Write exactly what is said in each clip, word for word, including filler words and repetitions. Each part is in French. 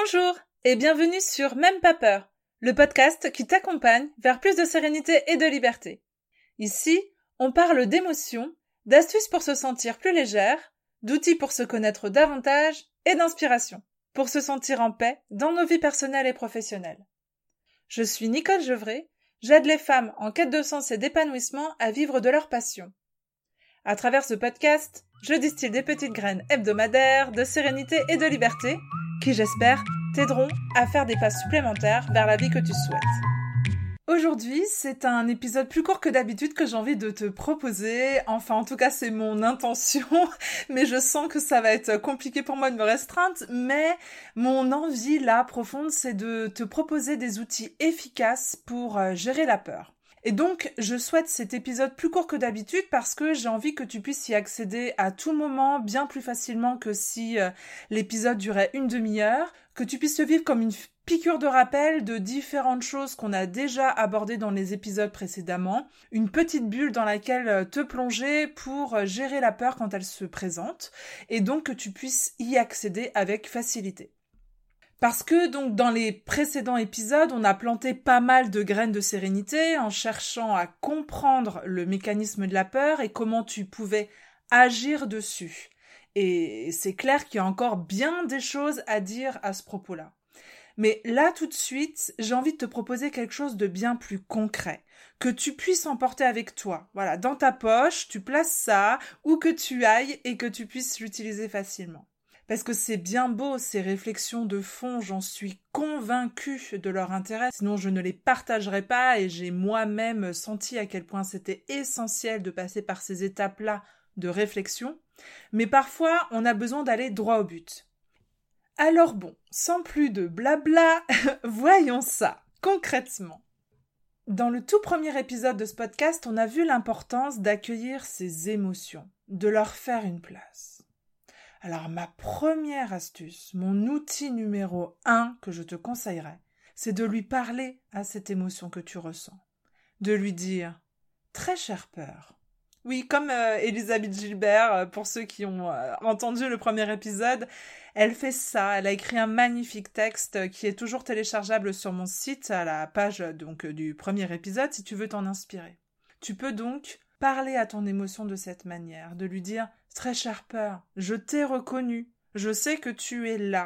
Bonjour et bienvenue sur Même pas peur, le podcast qui t'accompagne vers plus de sérénité et de liberté. Ici, on parle d'émotions, d'astuces pour se sentir plus légère, d'outils pour se connaître davantage et d'inspiration pour se sentir en paix dans nos vies personnelles et professionnelles. Je suis Nicole Gevrey, j'aide les femmes en quête de sens et d'épanouissement à vivre de leur passion. À travers ce podcast, je distille des petites graines hebdomadaires de sérénité et de liberté qui, j'espère, t'aideront à faire des pas supplémentaires vers la vie que tu souhaites. Aujourd'hui, c'est un épisode plus court que d'habitude que j'ai envie de te proposer. Enfin, en tout cas, c'est mon intention, mais je sens que ça va être compliqué pour moi de me restreindre. Mais mon envie, là, profonde, c'est de te proposer des outils efficaces pour gérer la peur. Et donc, je souhaite cet épisode plus court que d'habitude parce que j'ai envie que tu puisses y accéder à tout moment, bien plus facilement que si euh, l'épisode durait une demi-heure, que tu puisses le vivre comme une piqûre de rappel de différentes choses qu'on a déjà abordées dans les épisodes précédemment, une petite bulle dans laquelle te plonger pour gérer la peur quand elle se présente, et donc que tu puisses y accéder avec facilité. Parce que donc dans les précédents épisodes, on a planté pas mal de graines de sérénité en cherchant à comprendre le mécanisme de la peur et comment tu pouvais agir dessus. Et c'est clair qu'il y a encore bien des choses à dire à ce propos-là. Mais là, tout de suite, j'ai envie de te proposer quelque chose de bien plus concret, que tu puisses emporter avec toi. Voilà, dans ta poche, tu places ça, où que tu ailles et que tu puisses l'utiliser facilement. Parce que c'est bien beau, ces réflexions de fond, j'en suis convaincue de leur intérêt, sinon je ne les partagerais pas et j'ai moi-même senti à quel point c'était essentiel de passer par ces étapes-là de réflexion. Mais parfois, on a besoin d'aller droit au but. Alors bon, sans plus de blabla, voyons ça, concrètement. Dans le tout premier épisode de ce podcast, on a vu l'importance d'accueillir ses émotions, de leur faire une place. Alors ma première astuce, mon outil numéro un que je te conseillerais, c'est de lui parler à cette émotion que tu ressens. De lui dire « très chère peur ». Oui, comme euh, Elisabeth Gilbert, euh, pour ceux qui ont euh, entendu le premier épisode, elle fait ça, elle a écrit un magnifique texte qui est toujours téléchargeable sur mon site à la page donc du premier épisode si tu veux t'en inspirer. Tu peux donc parler à ton émotion de cette manière, de lui dire « très chère peur, je t'ai reconnu, je sais que tu es là ».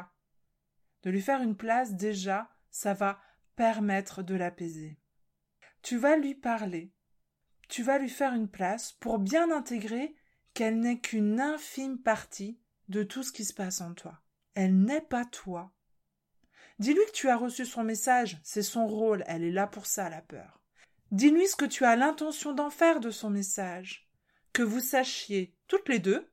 De lui faire une place, déjà, ça va permettre de l'apaiser. Tu vas lui parler, tu vas lui faire une place pour bien intégrer qu'elle n'est qu'une infime partie de tout ce qui se passe en toi. Elle n'est pas toi. Dis-lui que tu as reçu son message, c'est son rôle, elle est là pour ça, la peur. Dis-lui ce que tu as l'intention d'en faire de son message. Que vous sachiez toutes les deux,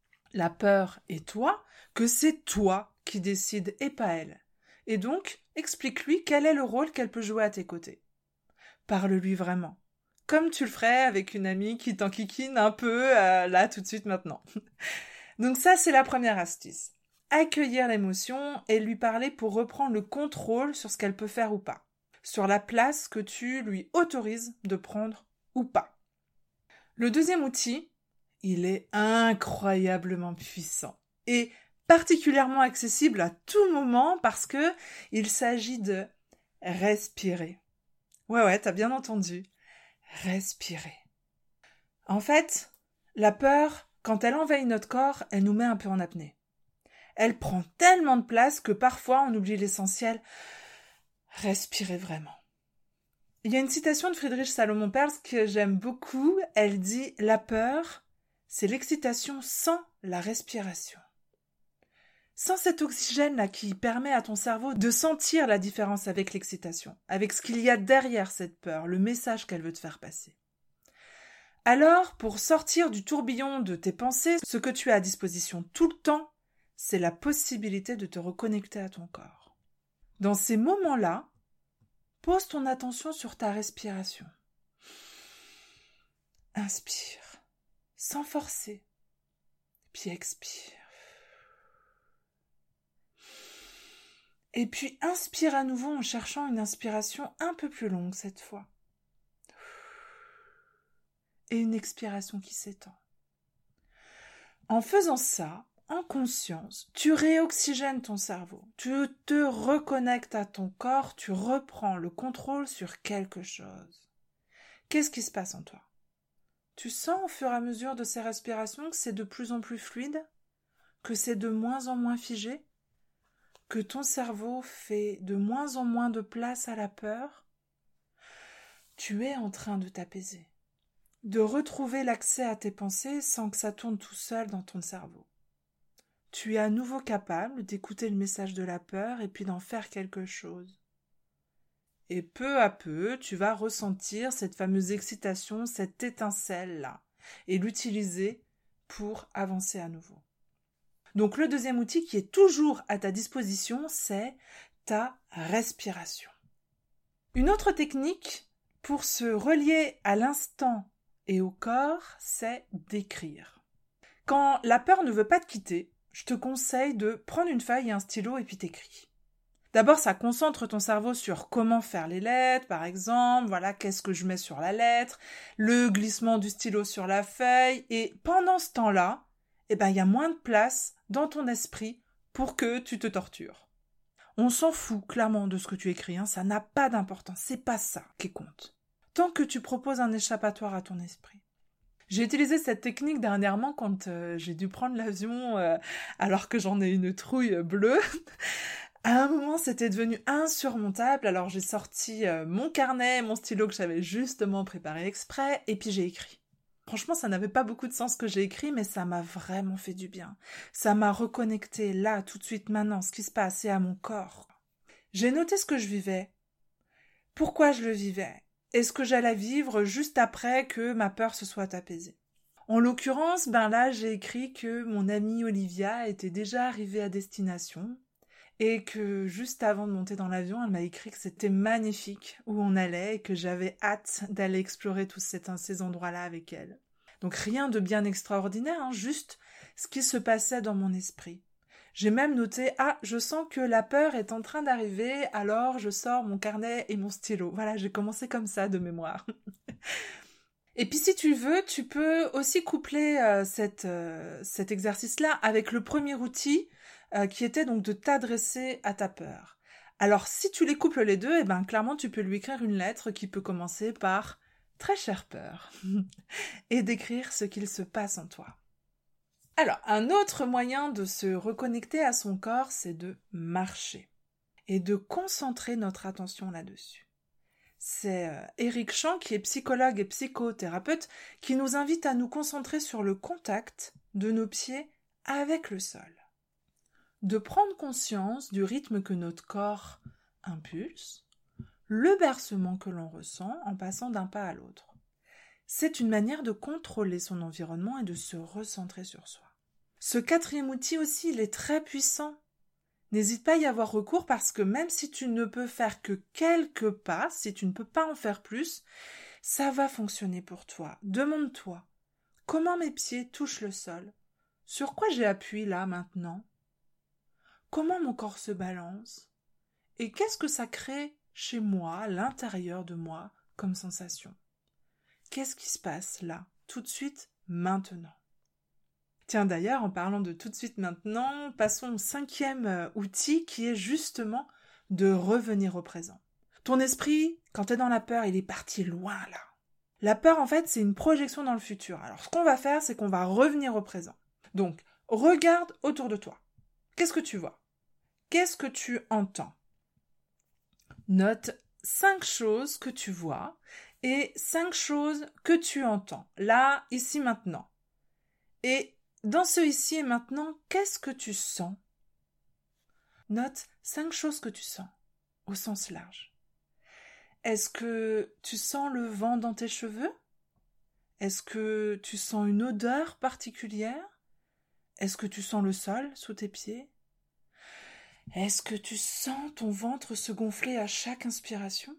la peur et toi, que c'est toi qui décides et pas elle. Et donc, explique-lui quel est le rôle qu'elle peut jouer à tes côtés. Parle-lui vraiment. Comme tu le ferais avec une amie qui t'enquiquine un peu euh, là tout de suite maintenant. Donc ça, c'est la première astuce. Accueillir l'émotion et lui parler pour reprendre le contrôle sur ce qu'elle peut faire ou pas. Sur la place que tu lui autorises de prendre ou pas. Le deuxième outil, il est incroyablement puissant et particulièrement accessible à tout moment parce que il s'agit de respirer. Ouais, ouais, t'as bien entendu. Respirer. En fait, la peur, quand elle envahit notre corps, elle nous met un peu en apnée. Elle prend tellement de place que parfois on oublie l'essentiel. Respirer vraiment. Il y a une citation de Friedrich Salomon Perls que j'aime beaucoup. Elle dit « La peur, c'est l'excitation sans la respiration ». Sans cet oxygène-là qui permet à ton cerveau de sentir la différence avec l'excitation, avec ce qu'il y a derrière cette peur, le message qu'elle veut te faire passer. Alors, pour sortir du tourbillon de tes pensées, ce que tu as à disposition tout le temps, c'est la possibilité de te reconnecter à ton corps. Dans ces moments-là, pose ton attention sur ta respiration. Inspire, sans forcer, puis expire. Et puis inspire à nouveau en cherchant une inspiration un peu plus longue cette fois. Et une expiration qui s'étend. En faisant ça, en conscience, tu réoxygènes ton cerveau, tu te reconnectes à ton corps, tu reprends le contrôle sur quelque chose. Qu'est-ce qui se passe en toi? Tu sens au fur et à mesure de ces respirations que c'est de plus en plus fluide, que c'est de moins en moins figé, que ton cerveau fait de moins en moins de place à la peur. Tu es en train de t'apaiser, de retrouver l'accès à tes pensées sans que ça tourne tout seul dans ton cerveau. Tu es à nouveau capable d'écouter le message de la peur et puis d'en faire quelque chose. Et peu à peu, tu vas ressentir cette fameuse excitation, cette étincelle-là, et l'utiliser pour avancer à nouveau. Donc le deuxième outil qui est toujours à ta disposition, c'est ta respiration. Une autre technique pour se relier à l'instant et au corps, c'est d'écrire. Quand la peur ne veut pas te quitter, je te conseille de prendre une feuille et un stylo et puis t'écris. D'abord, ça concentre ton cerveau sur comment faire les lettres, par exemple, voilà, qu'est-ce que je mets sur la lettre, le glissement du stylo sur la feuille, et pendant ce temps-là, eh ben, il y a moins de place dans ton esprit pour que tu te tortures. On s'en fout clairement de ce que tu écris, hein, ça n'a pas d'importance, c'est pas ça qui compte. Tant que tu proposes un échappatoire à ton esprit. J'ai utilisé cette technique dernièrement quand euh, j'ai dû prendre l'avion euh, alors que j'en ai une trouille bleue. À un moment, c'était devenu insurmontable, alors j'ai sorti euh, mon carnet, mon stylo que j'avais justement préparé exprès, et puis j'ai écrit. Franchement, ça n'avait pas beaucoup de sens ce que j'ai écrit, mais ça m'a vraiment fait du bien. Ça m'a reconnecté là, tout de suite, maintenant, ce qui se passe, et à mon corps. J'ai noté ce que je vivais, pourquoi je le vivais, et ce que j'allais vivre juste après que ma peur se soit apaisée. En l'occurrence, ben là, j'ai écrit que mon amie Olivia était déjà arrivée à destination, et que juste avant de monter dans l'avion, elle m'a écrit que c'était magnifique où on allait et que j'avais hâte d'aller explorer tous ces, ces endroits-là avec elle. Donc rien de bien extraordinaire, hein, juste ce qui se passait dans mon esprit. J'ai même noté « Ah, je sens que la peur est en train d'arriver, alors je sors mon carnet et mon stylo. » Voilà, j'ai commencé comme ça de mémoire. Et puis si tu veux, tu peux aussi coupler euh, cette, euh, cet exercice-là avec le premier outil euh, qui était donc de t'adresser à ta peur. Alors si tu les couples les deux, eh ben, clairement tu peux lui écrire une lettre qui peut commencer par « Très chère peur » et décrire ce qu'il se passe en toi. Alors, un autre moyen de se reconnecter à son corps, c'est de marcher et de concentrer notre attention là-dessus. C'est euh, Eric Chan, qui est psychologue et psychothérapeute, qui nous invite à nous concentrer sur le contact de nos pieds avec le sol. De prendre conscience du rythme que notre corps impulse, le bercement que l'on ressent en passant d'un pas à l'autre. C'est une manière de contrôler son environnement et de se recentrer sur soi. Ce quatrième outil aussi, il est très puissant. N'hésite pas à y avoir recours parce que même si tu ne peux faire que quelques pas, si tu ne peux pas en faire plus, ça va fonctionner pour toi. Demande-toi, comment mes pieds touchent le sol? Sur quoi j'ai appuyé là maintenant? Comment mon corps se balance? Et qu'est-ce que ça crée chez moi, à l'intérieur de moi, comme sensation? Qu'est-ce qui se passe là, tout de suite, maintenant? Tiens, d'ailleurs, en parlant de tout de suite maintenant, passons au cinquième euh, outil qui est justement de revenir au présent. Ton esprit, quand tu es dans la peur, il est parti loin là. La peur, en fait, c'est une projection dans le futur. Alors, ce qu'on va faire, c'est qu'on va revenir au présent. Donc, regarde autour de toi. Qu'est-ce que tu vois? Qu'est-ce que tu entends? Note cinq choses que tu vois et cinq choses que tu entends. Là, ici, maintenant. Et dans ce ici et maintenant, qu'est-ce que tu sens? Note cinq choses que tu sens, au sens large. Est-ce que tu sens le vent dans tes cheveux? Est-ce que tu sens une odeur particulière? Est-ce que tu sens le sol sous tes pieds? Est-ce que tu sens ton ventre se gonfler à chaque inspiration?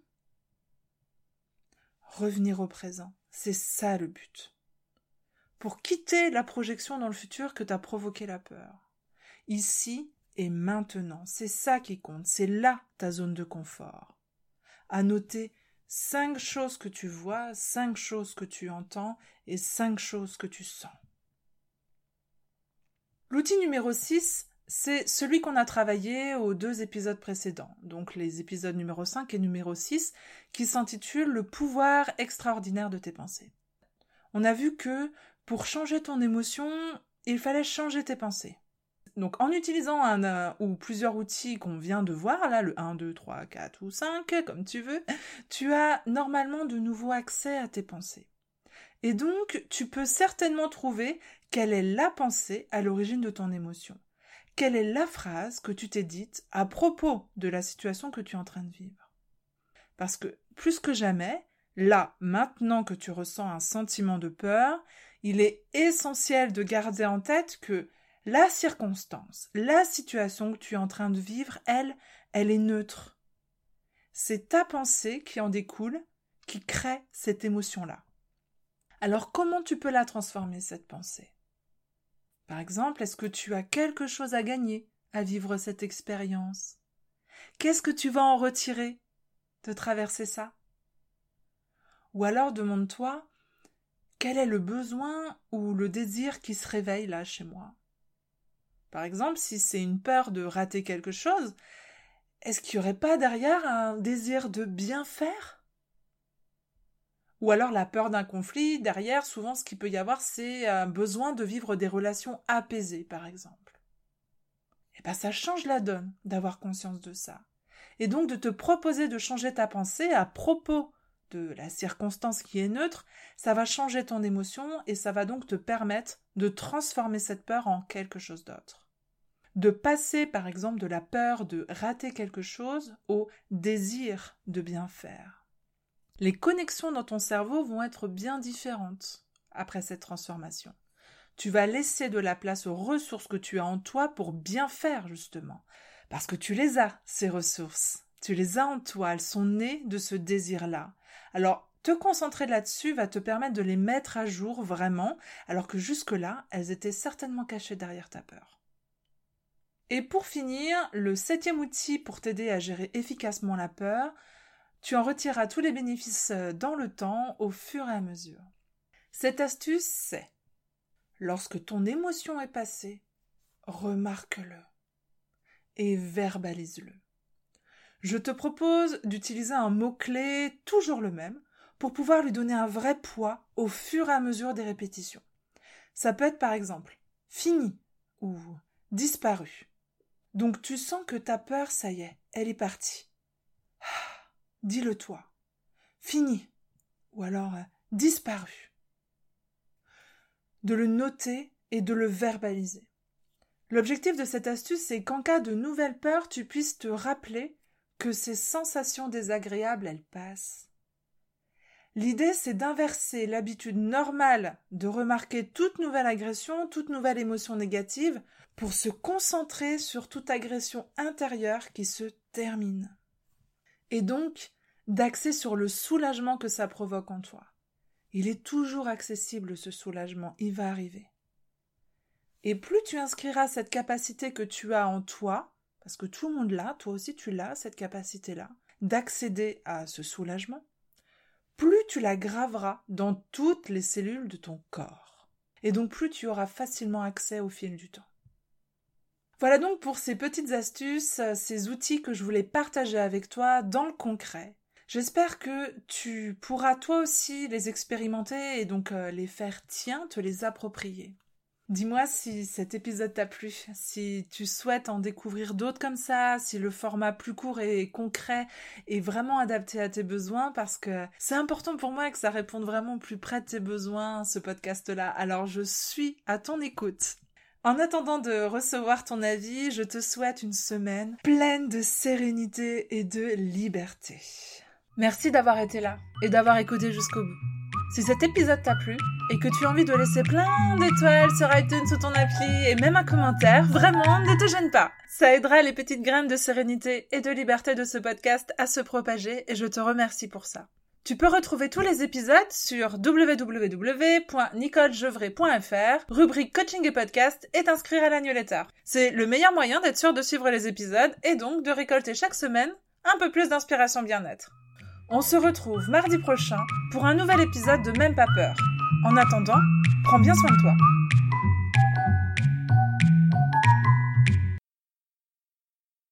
Revenir au présent, c'est ça le but. Pour quitter la projection dans le futur que t'a provoqué la peur. Ici et maintenant, c'est ça qui compte, c'est là ta zone de confort. À noter cinq choses que tu vois, cinq choses que tu entends et cinq choses que tu sens. L'outil numéro six, c'est celui qu'on a travaillé aux deux épisodes précédents, donc les épisodes numéro cinq et numéro six, qui s'intitulent « Le pouvoir extraordinaire de tes pensées ». On a vu que pour changer ton émotion, il fallait changer tes pensées. Donc en utilisant un, un ou plusieurs outils qu'on vient de voir, là, le un, deux, trois, quatre ou cinq, comme tu veux, tu as normalement de nouveau accès à tes pensées. Et donc, tu peux certainement trouver quelle est la pensée à l'origine de ton émotion. Quelle est la phrase que tu t'es dite à propos de la situation que tu es en train de vivre. Parce que, plus que jamais, là, maintenant que tu ressens un sentiment de peur, il est essentiel de garder en tête que la circonstance, la situation que tu es en train de vivre, elle, elle est neutre. C'est ta pensée qui en découle, qui crée cette émotion-là. Alors comment tu peux la transformer, cette pensée ? Par exemple, est-ce que tu as quelque chose à gagner à vivre cette expérience ? Qu'est-ce que tu vas en retirer de traverser ça ? Ou alors demande-toi, quel est le besoin ou le désir qui se réveille là chez moi ? Par exemple, si c'est une peur de rater quelque chose, est-ce qu'il n'y aurait pas derrière un désir de bien faire ? Ou alors la peur d'un conflit, derrière, souvent ce qu'il peut y avoir, c'est un besoin de vivre des relations apaisées, par exemple. Et bien ça change la donne d'avoir conscience de ça. Et donc de te proposer de changer ta pensée à propos de la circonstance qui est neutre, ça va changer ton émotion et ça va donc te permettre de transformer cette peur en quelque chose d'autre. De passer, par exemple, de la peur de rater quelque chose au désir de bien faire. Les connexions dans ton cerveau vont être bien différentes après cette transformation. Tu vas laisser de la place aux ressources que tu as en toi pour bien faire, justement. Parce que tu les as, ces ressources. Tu les as en toi, elles sont nées de ce désir-là. Alors, te concentrer là-dessus va te permettre de les mettre à jour vraiment, alors que jusque-là, elles étaient certainement cachées derrière ta peur. Et pour finir, le septième outil pour t'aider à gérer efficacement la peur, tu en retireras tous les bénéfices dans le temps, au fur et à mesure. Cette astuce, c'est lorsque ton émotion est passée, remarque-le et verbalise-le. Je te propose d'utiliser un mot-clé, toujours le même, pour pouvoir lui donner un vrai poids au fur et à mesure des répétitions. Ça peut être par exemple « fini » ou « disparu ». Donc tu sens que ta peur, ça y est, elle est partie. Dis-le toi. Fini. Ou alors euh, disparu. De le noter et de le verbaliser. L'objectif de cette astuce, c'est qu'en cas de nouvelle peur, tu puisses te rappeler que ces sensations désagréables, elles passent. L'idée, c'est d'inverser l'habitude normale de remarquer toute nouvelle agression, toute nouvelle émotion négative, pour se concentrer sur toute agression intérieure qui se termine. Et donc, d'axer sur le soulagement que ça provoque en toi. Il est toujours accessible, ce soulagement, il va arriver. Et plus tu inscriras cette capacité que tu as en toi, parce que tout le monde l'a, toi aussi tu l'as, cette capacité-là, d'accéder à ce soulagement, plus tu la graveras dans toutes les cellules de ton corps. Et donc plus tu auras facilement accès au fil du temps. Voilà donc pour ces petites astuces, ces outils que je voulais partager avec toi dans le concret. J'espère que tu pourras toi aussi les expérimenter et donc les faire tiens, te les approprier. Dis-moi si cet épisode t'a plu, si tu souhaites en découvrir d'autres comme ça, si le format plus court et concret est vraiment adapté à tes besoins, parce que c'est important pour moi que ça réponde vraiment plus près de tes besoins, ce podcast-là. Alors je suis à ton écoute. En attendant de recevoir ton avis, je te souhaite une semaine pleine de sérénité et de liberté. Merci d'avoir été là et d'avoir écouté jusqu'au bout. Si cet épisode t'a plu et que tu as envie de laisser plein d'étoiles sur iTunes ou ton appli et même un commentaire, vraiment, ne te gêne pas. Ça aidera les petites graines de sérénité et de liberté de ce podcast à se propager et je te remercie pour ça. Tu peux retrouver tous les épisodes sur w w w point nicole gevray point f r, rubrique coaching et podcast, et t'inscrire à la newsletter. C'est le meilleur moyen d'être sûr de suivre les épisodes et donc de récolter chaque semaine un peu plus d'inspiration bien-être. On se retrouve mardi prochain pour un nouvel épisode de Même pas peur. En attendant, prends bien soin de toi.